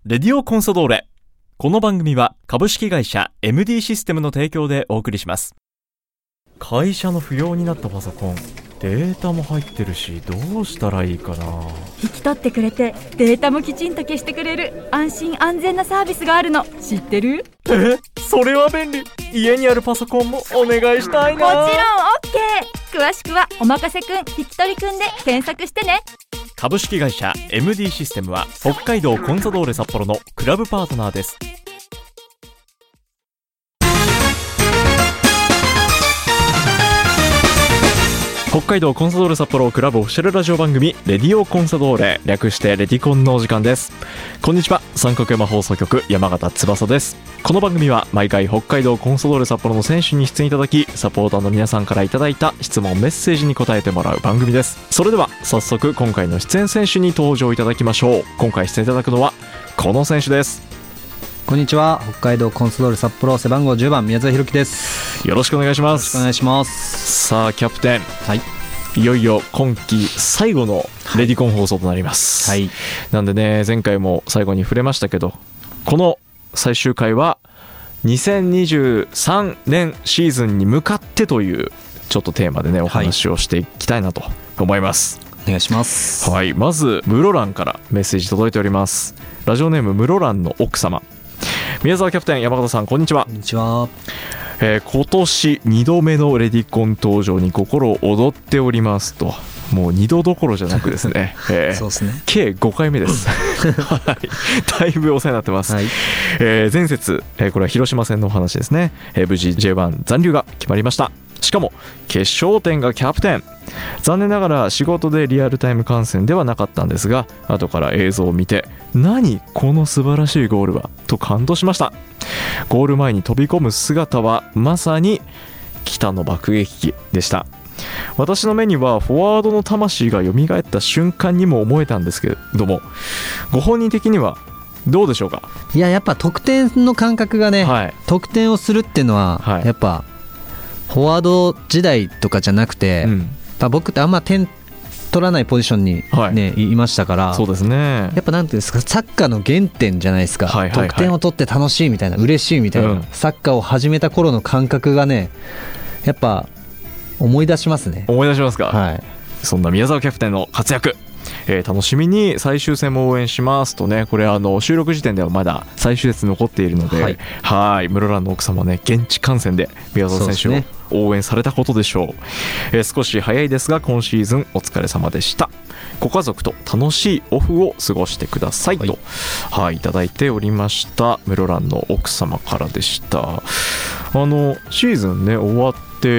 レディオコンソドーレ。この番組は株式会社 MD システムの提供でお送りします。会社の不要になったパソコン、データも入ってるし、どうしたらいいかな。 引き取ってくれてデータもきちんと消してくれる安心安全なサービスがあるの知ってる？ それは便利。家にあるパソコンもお願いしたいな。 もちろん OK。 詳しくはおまかせくん引き取りくんで検索してね。 株式会社 MD システムは北海道コンサドーレ札幌のクラブパートナーです。北海道コンサドーレ札幌クラブオフィシャルラジオ番組レディオコンサドーレ、略してレディコンのお時間です。こんにちは、三角山放送局山形翼です。この番組は毎回北海道コンサドーレ札幌の選手に出演いただき、サポーターの皆さんからいただいた質問メッセージに答えてもらう番組です。それでは早速今回の出演選手に登場いただきましょう。今回出演いただくのはこの選手です。 こんにちは、北海道コンサドーレ札幌背番号10番宮沢弘樹です。 よろしくお願いします。 よろしくお願いします。 さあキャプテン、 はい、 いよいよ今季最後のレディコン放送となります、はい、なんでね、前回も最後に触れましたけど、この最終回は2023年シーズンに向かってというちょっとテーマでねお話をしていきたいなと思います、はい、 お願いします。 はい、まず室蘭からメッセージ届いております。ラジオネーム室蘭の奥様、宮沢キャプテン、山形さん、こんにちは。 こんにちは。 今年2度目のレディコン登場に心を躍っておりますと。もう2度どころじゃなくですね、 そうですね、 計5回目です、はい、だいぶお世話になってます、はい。前節、これは広島戦のお話ですね、無事 J1 残留が決まりました。しかも決勝点がキャプテン。残念ながら仕事でリアルタイム観戦ではなかったんですが、後から映像を見て、何この素晴らしいゴールはと感動しました。ゴール前に飛び込む姿はまさに北の爆撃機でした。私の目にはフォワードの魂が蘇った瞬間にも思えたんですけれども、ご本人的にはどうでしょうか？ いや、やっぱ得点の感覚がね、はい、得点をするっていうのは、はい、やっぱフォワード時代とかじゃなくて、僕ってあんま点取らないポジションに、ね、はい、いましたから、 そうですね、 やっぱなんていうんですか、サッカーの原点じゃないですか、はいはいはい、得点を取って楽しいみたいな、嬉しいみたいな、サッカーを始めた頃の感覚がね、やっぱ思い出しますね。 思い出しますか？ はい。そんな宮沢キャプテンの活躍、楽しみに最終戦も応援しますとね。これ収録時点ではまだ最終節残っているので、はい、室蘭の奥様ね、現地観戦で宮沢選手を応援されたことでしょう。少し早いですが今シーズンお疲れ様でした。ご家族と楽しいオフを過ごしてくださいと、はい、いただいておりました。室蘭の奥様からでした。シーズンね終わって、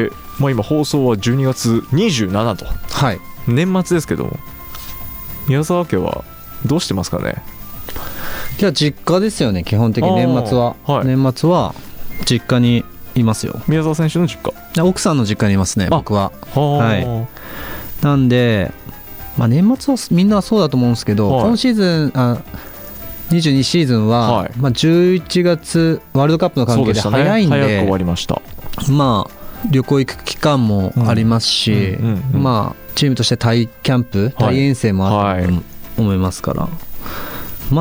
今放送は12月27と、はい、年末ですけども、宮沢家はどうしてますかね？ いや、実家ですよね、基本的に。年末は、はい、年末は実家にいますよ。 宮沢選手の実家？ 奥さんの実家にいますね、僕は。はい、なんで、年末はみんなそうだと思うんですけど、はい、今シーズン22シーズンは、はい、11月ワールドカップの関係で早いんで、 早く終わりました。 旅行行く期間もありますし、チームとしてタイキャンプ、タイ遠征もあると思いますから、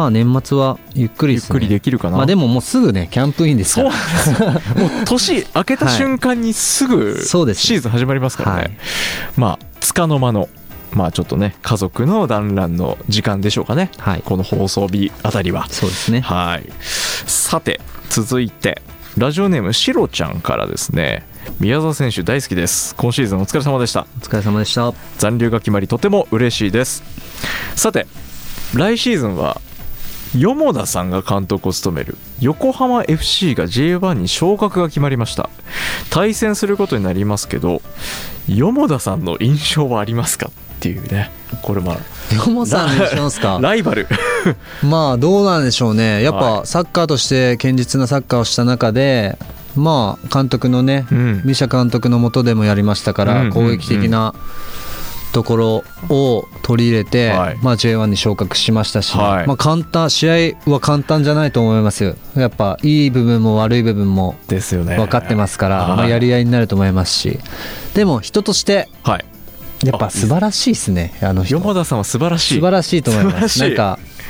年末はゆっくりですね。 ゆっくりできるかな。 でももうすぐねキャンプインですから。 そうですもう年明けた瞬間にすぐシーズン始まりますからね、はい、束の間のちょっとね家族の団らんの時間でしょうかね、はい、この放送日あたりは。 そうですね、 はい。さて続いてラジオネームしろちゃんからですね、宮沢選手大好きです。今シーズンお疲れ様でした。 お疲れ様でした。 残留が決まりとても嬉しいです。さて来シーズンは四田さんが監督を務める横浜 FC が J1 に昇格が決まりました。対戦することになりますけど、四田さんの印象はありますかっていうね。これ四田さんの印象ですか？ ライバルどうなんでしょうね。やっぱサッカーとして堅実なサッカーをした中で、監督のね、ミシャ監督の下でもやりましたから、攻撃的なところを取り入れて、J1 に昇格しましたし、試合は簡単じゃないと思いますよ。やっぱいい部分も悪い部分も分かってますから、やり合いになると思いますし、でも人としてやっぱ素晴らしいですね。 四田さんは素晴らしいと思います。なんか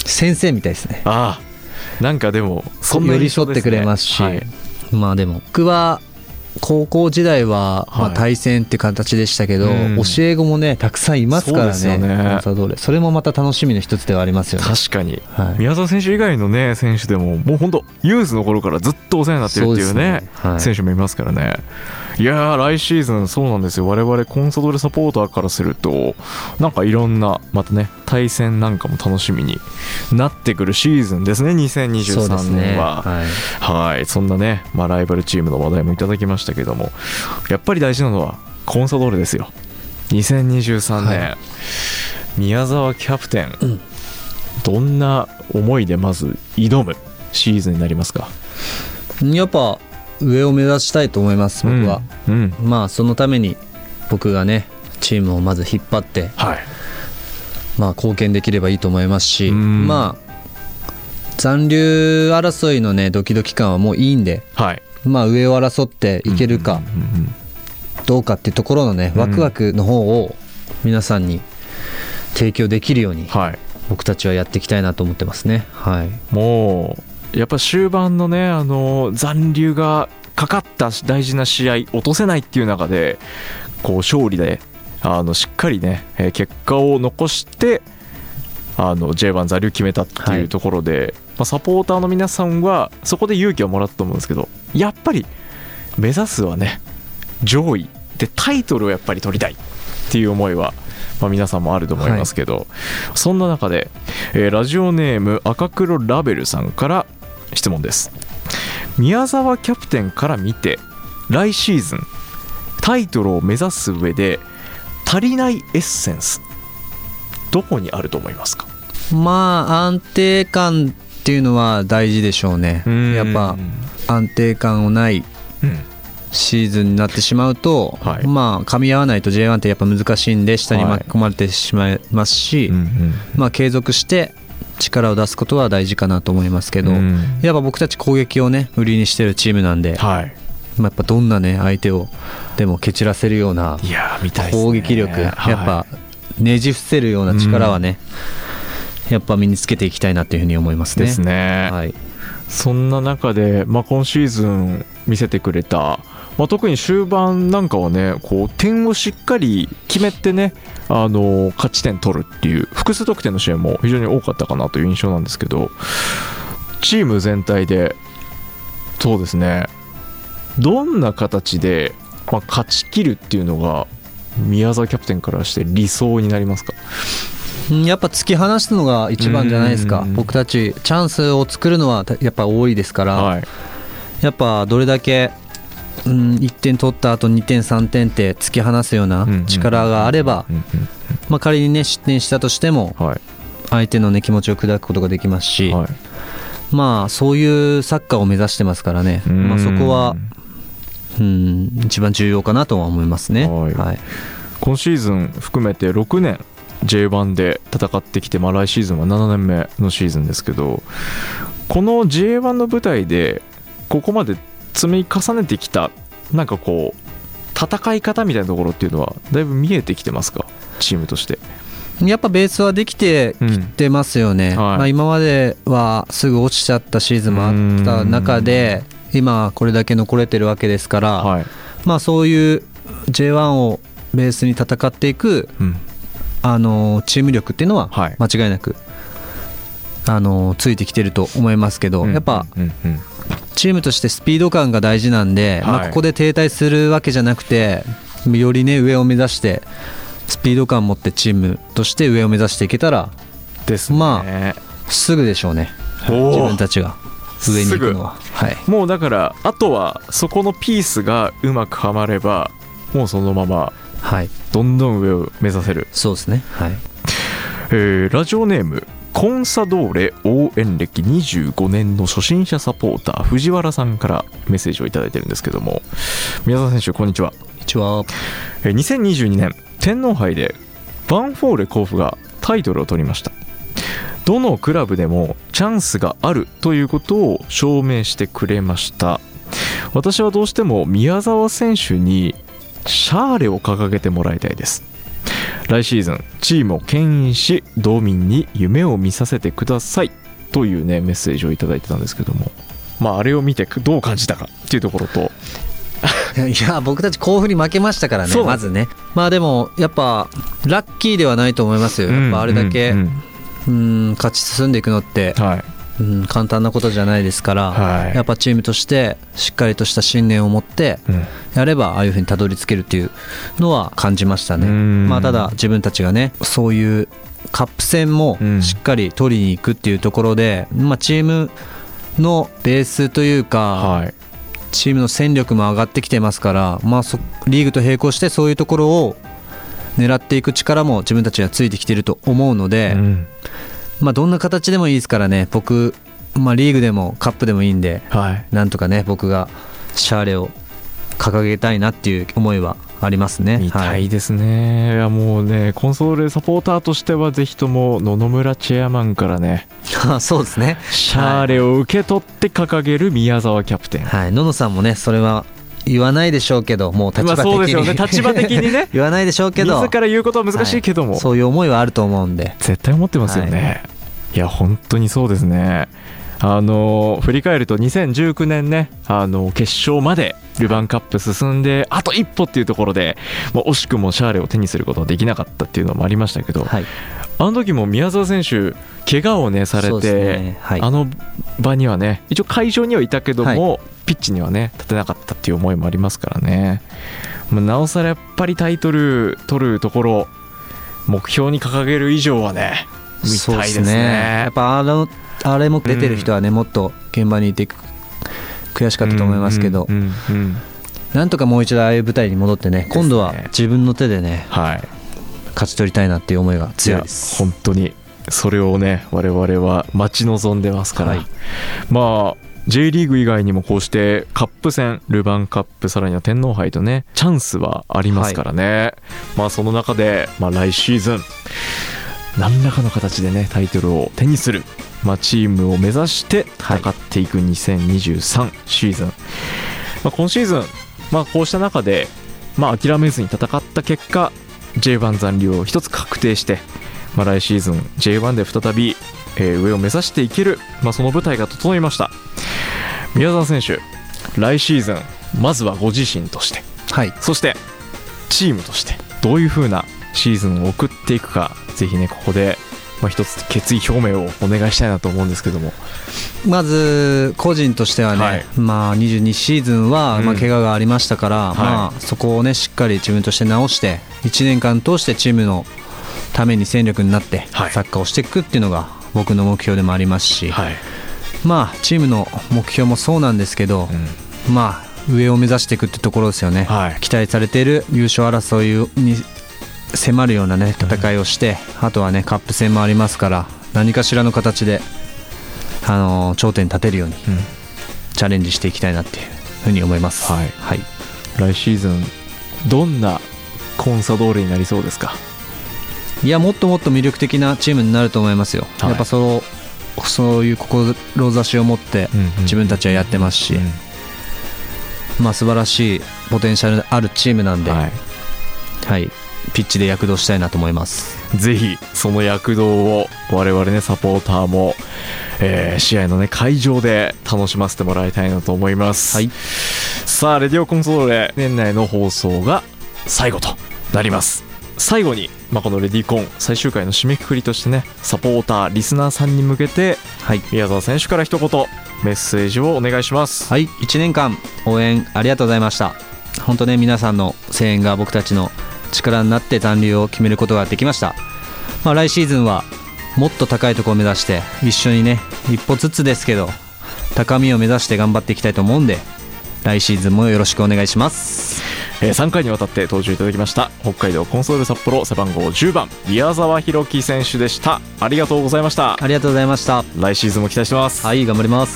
先生みたいですね。 ああ、なんかでもそんな寄り添ってくれますし、はい、まあでも僕は高校時代はまあ対戦っていう形でしたけど、教え子もねたくさんいますからね。それもまた楽しみの一つではありますよね。 確かに、はい、宮澤選手以外のね選手でももう本当ユースの頃からずっとお世話になってるっていうね、はい、選手もいますからね。いやー、来シーズンそうなんですよ。我々コンサドーレサポーターからするとなんかいろんなまたね対戦なんかも楽しみになってくるシーズンですね、2023年は。はい、そんなね、まあ、ライバルチームの話題もいただきましたけども、やっぱり大事なのはコンサドーレですよ。2023年、はい、宮澤キャプテン、どんな思いでまず挑むシーズンになりますか？ やっぱ上を目指したいと思います、僕は。まあそのために僕がねチームをまず引っ張って、はい、まあ貢献できればいいと思いますし、まあ残留争いのねドキドキ感はもういいんで、はい、まあ上を争っていけるかどうかっていうところのねワクワクの方を皆さんに提供できるように、はい、僕たちはやっていきたいなと思ってますね。はい、もうやっぱ終盤のね残留がかかった大事な試合落とせないっていう中でこう勝利でしっかりね結果を残してJ1 残留決めたっていうところで、はい、まあ、サポーターの皆さんはそこで勇気をもらったと思うんですけど、やっぱり目指すはね上位でタイトルをやっぱり取りたいっていう思いは、まあ、皆さんもあると思いますけど、はい、そんな中で、ラジオネーム赤黒ラベルさんから質問です。宮澤キャプテンから見て来シーズンタイトルを目指す上で足りないエッセンスどこにあると思いますか？ まあ安定感っていうのは大事でしょうね。やっぱ安定感をないシーズンになってしまうと、はい、まあ噛み合わないと J1 ってやっぱ難しいんで下に巻き込まれてしまいますし、まあ継続して力を出すことは大事かなと思いますけど、やっぱ僕たち攻撃をね売りにしてるチームなんで、はい、まあ、やっぱどんなね相手をでも蹴散らせるような攻撃力、やっぱねじ伏せるような力はね、やっぱ身につけていきたいなというふうに思いますね。 ですね、はい、そんな中で、まあ、今シーズン見せてくれた、まあ、特に終盤なんかはねこう点をしっかり決めてね勝ち点取るっていう複数得点の試合も非常に多かったかなという印象なんですけど、チーム全体でそうですねどんな形で、まあ、勝ち切るっていうのが宮澤キャプテンからして理想になりますか？ やっぱ突き放すのが一番じゃないですか。僕たちチャンスを作るのはやっぱ多いですから、はい、やっぱどれだけ1点取った後2点3点って突き放すような力があれば、まあ、仮にね失点したとしても相手のね気持ちを砕くことができますし、はい、まあそういうサッカーを目指してますからね、まあ、そこは一番重要かなとは思いますね。はいはい、 今シーズン含めて6年 J1 で戦ってきて、まあ、来シーズンは7年目のシーズンですけど、この J1 の舞台でここまで積み重ねてきたなんかこう戦い方みたいなところっていうのはだいぶ見えてきてますか？チームとしてやっぱベースはできてきてますよね。はい、まあ、今まではすぐ落ちちゃったシーズンもあった中で今これだけ残れてるわけですから、はい、まあそういう J1 をベースに戦っていく、チーム力っていうのは間違いなく、ついてきてると思いますけど、やっぱ、チームとしてスピード感が大事なんで、はい、まあ、ここで停滞するわけじゃなくてよりね上を目指してスピード感を持ってチームとして上を目指していけたらですね、 まあすぐでしょうね、自分たちが上に行くのは。はい、 もうだからあとはそこのピースがうまくはまればもうそのままどんどん上を目指せる。 そうですね、はい。 ラジオネームコンサドーレ応援歴25年の初心者サポーター藤原さんからメッセージをいただいてるんですけども、宮澤選手こんにちは。 こんにちは。 2022年天皇杯でヴァンフォーレ甲府がタイトルを取りました。どのクラブでもチャンスがあるということを証明してくれました。私はどうしても宮澤選手にシャーレを掲げてもらいたいです。 来シーズンチームを牽引し道民に夢を見させてくださいというねメッセージをいただいてたんですけども、あれを見てどう感じたかっていうところといや僕たち甲府に負けましたからね、まずね。でもやっぱラッキーではないと思いますよ。やっぱあれだけ、勝ち進んでいくのって、簡単なことじゃないですから、やっぱチームとしてしっかりとした信念を持ってやればああいう風にたどり着けるっていうのは感じましたね。ただ自分たちがねそういうカップ戦もしっかり取りに行くっていうところで、チームのベースというか、チームの戦力も上がってきてますから、リーグと並行してそういうところを狙っていく力も自分たちはついてきていると思うので、どんな形でもいいですからね。僕、リーグでもカップでもいいんで、なんとかね僕がシャーレを掲げたいなっていう思いはありますね。 見たいですね。いやもうねコンソーレサポーターとしてはぜひとも野々村チェアマンからねそうですね、 シャーレを受け取って掲げる宮沢キャプテン、 野々さんもねそれは言わないでしょうけど、もう立場的に、 そうですよね、立場的にね言わないでしょうけど、 自ら言うことは難しいけども、 そういう思いはあると思うんで絶対思ってますよね。いや本当にそうですね。振り返ると2019年ね決勝までルヴァンカップ進んであと一歩っていうところで惜しくもシャーレを手にすることはできなかったっていうのもありましたけど、あの時も宮澤選手怪我をねされて、あの場にはね一応会場にはいたけども、ピッチにはね立てなかったっていう思いもありますからね。なおさらやっぱりタイトル取るところ目標に掲げる以上はね見たいですね。 やっぱあれも出てる人はね、もっと現場にいて悔しかったと思いますけど、なんとかもう一度ああいう舞台に戻ってね、今度は自分の手でね、勝ち取りたいなっていう思いが強いです。 本当にそれをね我々は待ち望んでますから、J リーグ以外にもこうしてカップ戦ルヴァンカップさらには天皇杯とねチャンスはありますからね、その中で、来シーズン何らかの形でねタイトルを手にする、チームを目指して戦っていく2023シーズン、今シーズン、こうした中で、諦めずに戦った結果 J1 残留を一つ確定して、来シーズン J1 で再び、上を目指していける、その舞台が整いました。宮澤選手、来シーズンまずはご自身として、そしてチームとしてどういう風なシーズンを送っていくか、ぜひねここで一つ決意表明をお願いしたいなと思うんですけども。 まず個人としてはね、22シーズンは怪我がありましたから、そこをねしっかり自分として直して1年間通してチームのために戦力になってサッカーをしていくっていうのが僕の目標でもありますし、チームの目標もそうなんですけど、上を目指していくってところですよね。期待されている優勝争いに迫るようなね戦いをして、あとはねカップ戦もありますから、何かしらの形で頂点に立てるようにチャレンジしていきたいなっていうふうに思います。 来シーズンどんなコンサドーレになりそうですか？ いやもっともっと魅力的なチームになると思いますよ。やっぱそういう志を持って自分たちはやってますし、素晴らしいポテンシャルあるチームなんで、ピッチで躍動したいなと思います。 ぜひその躍動を我々ねサポーターも、試合のね会場で楽しませてもらいたいなと思います。さあレディオコンソドーレ年内の放送が最後となります。最後に、このレディコン最終回の締めくくりとしてねサポーターリスナーさんに向けて、宮澤選手から一言メッセージをお願いします。 1年間応援ありがとうございました。本当ね皆さんの声援が僕たちの力になって残留を決めることができました。来シーズンはもっと高いところを目指して一緒にね一歩ずつですけど高みを目指して頑張っていきたいと思うんで、来シーズンもよろしくお願いします。 3回にわたって登場いただきました北海道コンソール札幌背番号10番宮澤宏樹選手でした。ありがとうございました。 ありがとうございました。 来シーズンも期待してます。 頑張ります。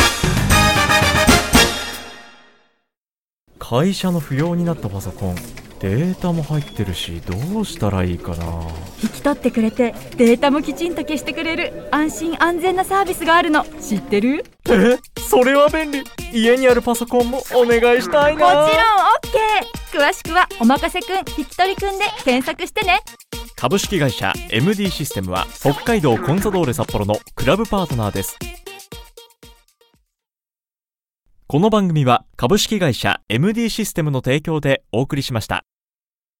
会社の不要になったパソコンデータも入ってるし、どうしたらいいかな。 引き取ってくれてデータもきちんと消してくれる安心安全なサービスがあるの知ってる？ それは便利。家にあるパソコンもお願いしたいな。 もちろん OK。 詳しくはおまかせくん引き取りくんで検索してね。 株式会社 MD システムは北海道コンサドーレ札幌のクラブパートナーです。この番組は株式会社 MD システムの提供でお送りしました。